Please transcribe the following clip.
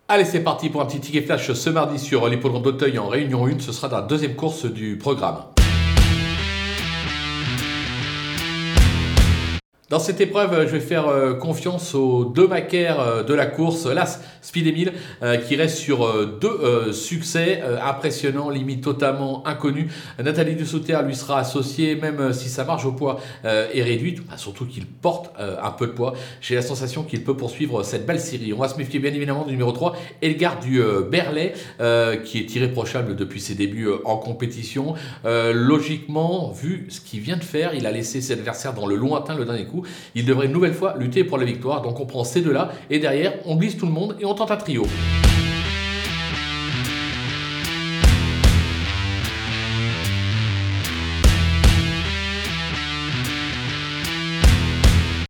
Allez, c'est parti pour un petit ticket flash ce mardi sur l'hippodrome d'Auteuil en Réunion 1. Ce sera dans la deuxième course du programme. Dans cette épreuve, je vais faire confiance aux deux macaires de la course, l'As Speed Emile, qui reste sur deux succès impressionnants, limite totalement inconnus. Nathalie Dussauter lui sera associée, même si sa marge au poids est réduite, surtout qu'il porte un peu de poids. J'ai la sensation qu'il peut poursuivre cette belle série. On va se méfier bien évidemment du numéro 3, Elgar du Berlay, qui est irréprochable depuis ses débuts en compétition. Logiquement, vu ce qu'il vient de faire, il a laissé ses adversaires dans le lointain le dernier coup. Il devrait une nouvelle fois lutter pour la victoire. Donc on prend ces deux-là et derrière, on glisse tout le monde et on tente un trio.